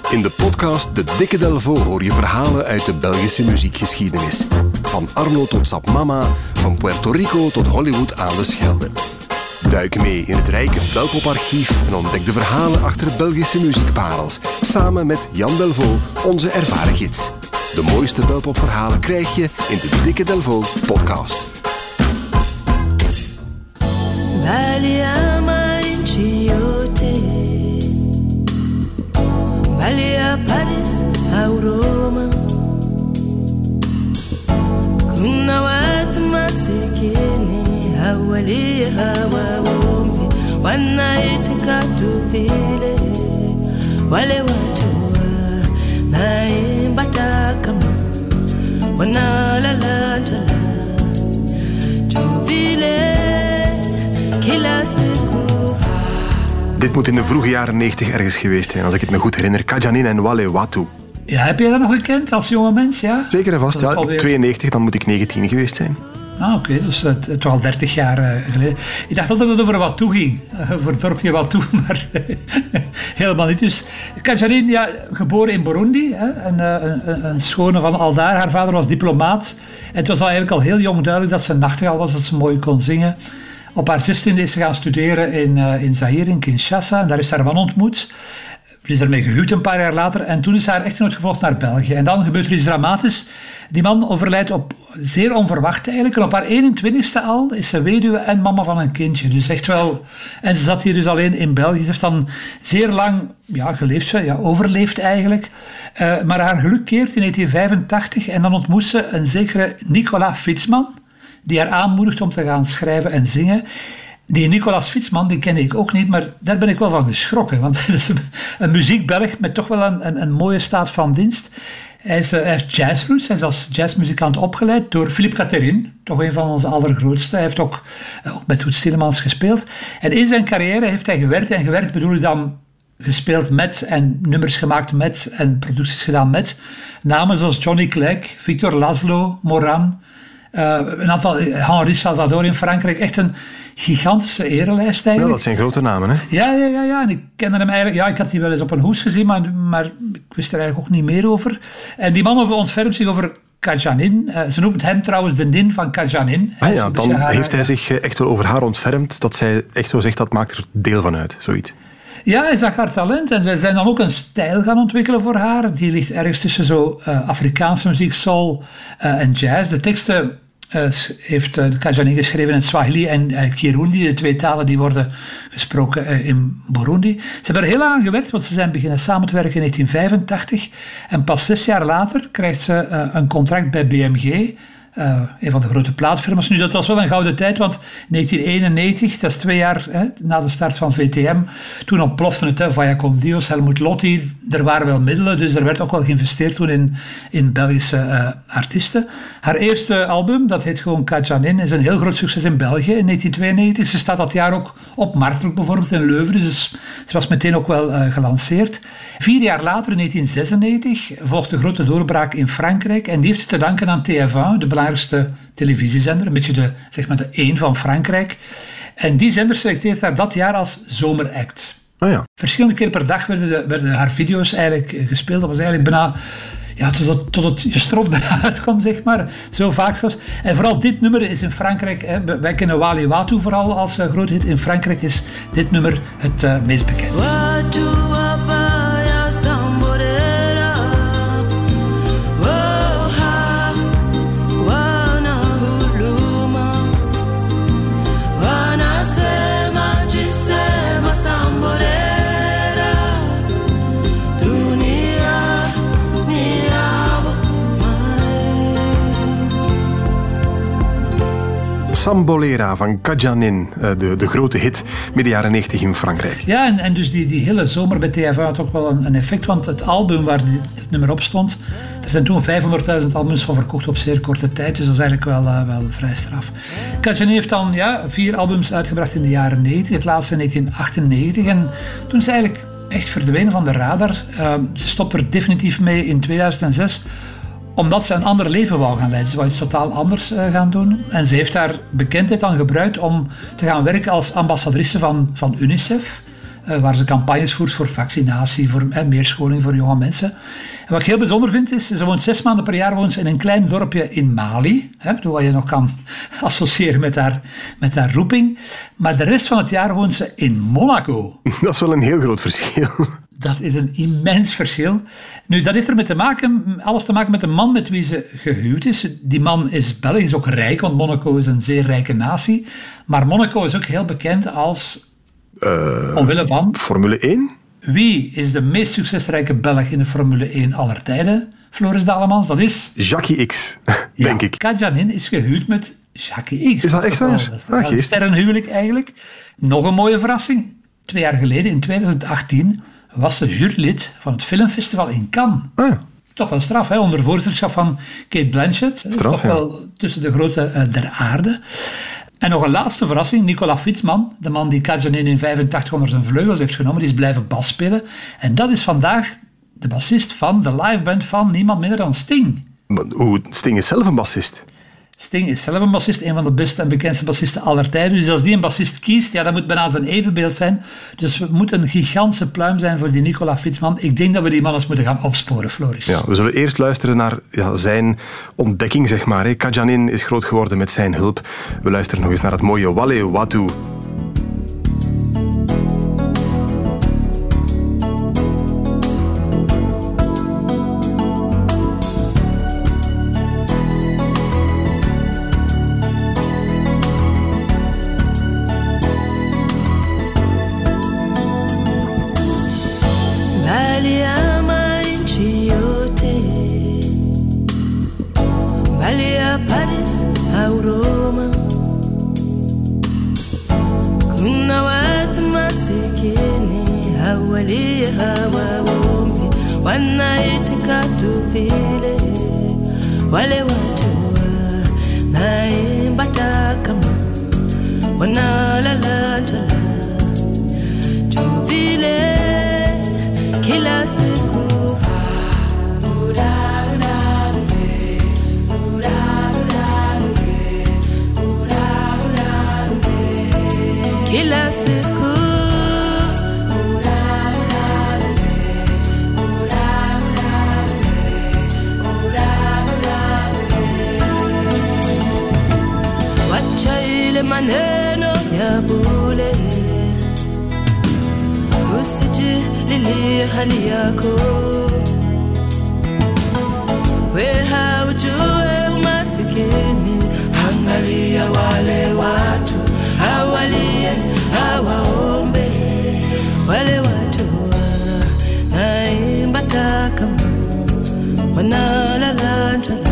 In de podcast De Dikke Delvaux hoor je verhalen uit de Belgische muziekgeschiedenis. Van Arno tot Sap Mama, van Puerto Rico tot Hollywood aan de Schelde. Duik mee in het rijke Belpoparchief en ontdek de verhalen achter Belgische muziekparels. Samen met Jan Delvaux, onze ervaren gids. De mooiste Belpopverhalen krijg je in de Dikke Delvaux podcast. Valia Paris au Roma, kuna watu masikini hawalia hawaombi, wanaitika tu vile wale watu wanaimba kama wanalala njala tu vile kila siku. Dit moet in de vroege jaren 90 ergens geweest zijn, als ik het me goed herinner. Kajanin en Wale Watu. Ja, heb je dat nog gekend als jonge mens? Ja? Zeker en vast, ja. Alweer... 92, dan moet ik 19 geweest zijn. Oké, dus het was al 30 jaar geleden. Ik dacht dat het over Watu ging, voor het dorpje Watu, maar helemaal niet. Dus Kajanin, ja, geboren in Burundi, een schone van aldaar. Haar vader was diplomaat. En het was eigenlijk al heel jong duidelijk dat ze een nachtegaal was, dat ze mooi kon zingen. Op haar 16e is ze gaan studeren in Zaire, in Kinshasa. En daar is haar man ontmoet. Ze is ermee gehuwd een paar jaar later. En toen is haar echtgenoot gevolgd naar België. En dan gebeurt er iets dramatisch. Die man overlijdt op zeer onverwacht eigenlijk. En op haar 21ste al is ze weduwe en mama van een kindje. Dus echt wel... En ze zat hier dus alleen in België. Ze heeft dan zeer lang geleefd, overleefd eigenlijk. Maar haar geluk keert in 1985. En dan ontmoet ze een zekere Nicolas Fitzman, die haar aanmoedigt om te gaan schrijven en zingen. Die Nicolas Fitzman, die kende ik ook niet, maar daar ben ik wel van geschrokken. Want dat is een muziekbelg met toch wel een mooie staat van dienst. Hij heeft jazzroots, hij is als jazzmuzikant opgeleid door Philippe Catherine, toch een van onze allergrootste. Hij heeft ook met Toets Tielemans gespeeld. En in zijn carrière heeft hij gewerkt, en gewerkt bedoel ik dan gespeeld met en nummers gemaakt met en producties gedaan met namen zoals Johnny Clegg, Victor Laszlo, Moran, een aantal, Henri Salvador in Frankrijk. Echt een gigantische erelijst eigenlijk. Ja, dat zijn grote namen, hè? Ja. En ik kende hem eigenlijk... Ja, ik had die wel eens op een hoes gezien, maar ik wist er eigenlijk ook niet meer over. En die man ontfermt zich over Kajanin. Ze noemt hem trouwens de nin van Kajanin. Dan heeft hij zich echt wel over haar ontfermd, dat zij echt zo zegt, dat maakt er deel van uit, zoiets. Ja, hij zag haar talent en zij zijn dan ook een stijl gaan ontwikkelen voor haar. Die ligt ergens tussen zo Afrikaanse muziek, soul en jazz. De teksten heeft Kajanin geschreven in Swahili en Kirundi, de twee talen die worden gesproken in Burundi. Ze hebben er heel lang aan gewerkt, want ze zijn beginnen samen te werken in 1985. En pas 6 jaar later krijgt ze een contract bij BMG, een van de grote plaatfirma's. Nu, dat was wel een gouden tijd, want 1991, dat is 2 jaar na de start van VTM, toen ontplofte het, Vaya con Dios, Helmut Lotti, er waren wel middelen, dus er werd ook wel geïnvesteerd toen in Belgische artiesten. Haar eerste album, dat heet gewoon Kajanin, is een heel groot succes in België in 1992. Ze staat dat jaar ook op Marktdruk bijvoorbeeld in Leuven, dus ze was meteen ook wel gelanceerd. 4 jaar later, in 1996, volgt de grote doorbraak in Frankrijk en die heeft ze te danken aan TF1, de belangrijkste televisiezender, een beetje de 1 van Frankrijk. En die zender selecteert haar dat jaar als zomeract. Oh ja. Verschillende keer per dag werden haar video's eigenlijk gespeeld. Dat was eigenlijk bijna... Ja, tot het je strot bijna uitkwam, zeg maar. Zo vaak zelfs. En vooral dit nummer is in Frankrijk... wij kennen Wale Watu vooral als groot hit. In Frankrijk is dit nummer het meest bekend. Sambolera van Kajanin, de grote hit midden jaren 90 in Frankrijk. Ja, en dus die hele zomer bij TF1 had ook wel een effect, want het album waar dit nummer op stond, er zijn toen 500.000 albums van verkocht op zeer korte tijd, dus dat is eigenlijk wel vrij straf. Kajanin heeft dan 4 albums uitgebracht in de jaren 90, het laatste in 1998, en toen is ze eigenlijk echt verdwenen van de radar. Ze stopte er definitief mee in 2006, omdat ze een ander leven wou gaan leiden. Ze wou iets totaal anders gaan doen. En ze heeft haar bekendheid dan gebruikt om te gaan werken als ambassadrice van UNICEF. waar ze campagnes voert voor vaccinatie, voor meerscholing voor jonge mensen. En wat ik heel bijzonder vind is, ze woont 6 maanden per jaar woont ze in een klein dorpje in Mali, wat je nog kan associëren met haar roeping. Maar de rest van het jaar woont ze in Monaco. Dat is wel een heel groot verschil. Dat is een immens verschil. Nu, dat heeft alles te maken met de man met wie ze gehuwd is. Die man is Belgisch, ook rijk, want Monaco is een zeer rijke natie. Maar Monaco is ook heel bekend als... omwille van... Formule 1? Wie is de meest succesrijke Belg in de Formule 1 aller tijden? Floris Dalemans, dat is... Jackie X, denk ik. Kajanin is gehuwd met Jackie X. Is dat echt waar? Dat is een sterrenhuwelijk eigenlijk. Nog een mooie verrassing. 2 jaar geleden, in 2018... was ze jurylid van het filmfestival in Cannes. Toch wel straf, onder voorzitterschap van Cate Blanchett. Straf, toch wel tussen de grote der aarde. En nog een laatste verrassing. Nicolas Fitzman, de man die Kajanin in 85 onder zijn vleugels heeft genomen, die is blijven bas spelen. En dat is vandaag de bassist van de liveband van niemand minder dan Sting. Maar Sting is zelf een bassist. Sting is zelf een bassist, een van de beste en bekendste bassisten aller tijden. Dus als die een bassist kiest, dat moet bijna zijn evenbeeld zijn. Dus het moet een gigantische pluim zijn voor die Nicolas Fitzman. Ik denk dat we die man eens moeten gaan opsporen, Floris. Ja, we zullen eerst luisteren naar zijn ontdekking, zeg maar. Kajanin is groot geworden met zijn hulp. We luisteren nog eens naar het mooie Wale Watu. maneno ya bure, usijililie hali yako, we haujue umasikini. Angalia wale watu hawalie, hawaombe, wale watu wanaimba takama, wanalala njala.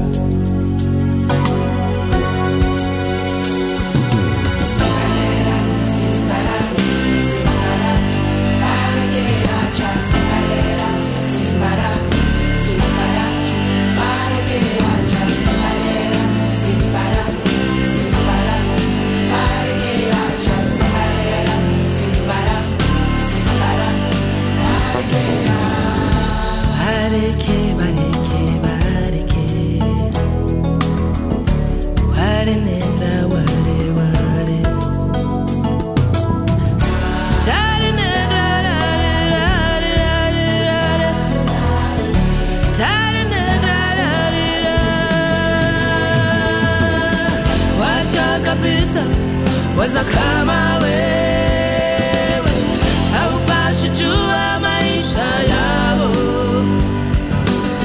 Waza kama wewe haupashi jua maisha yao,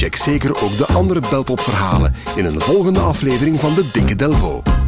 Check zeker ook de andere belpopverhalen in een volgende aflevering van de Dikke Delvaux.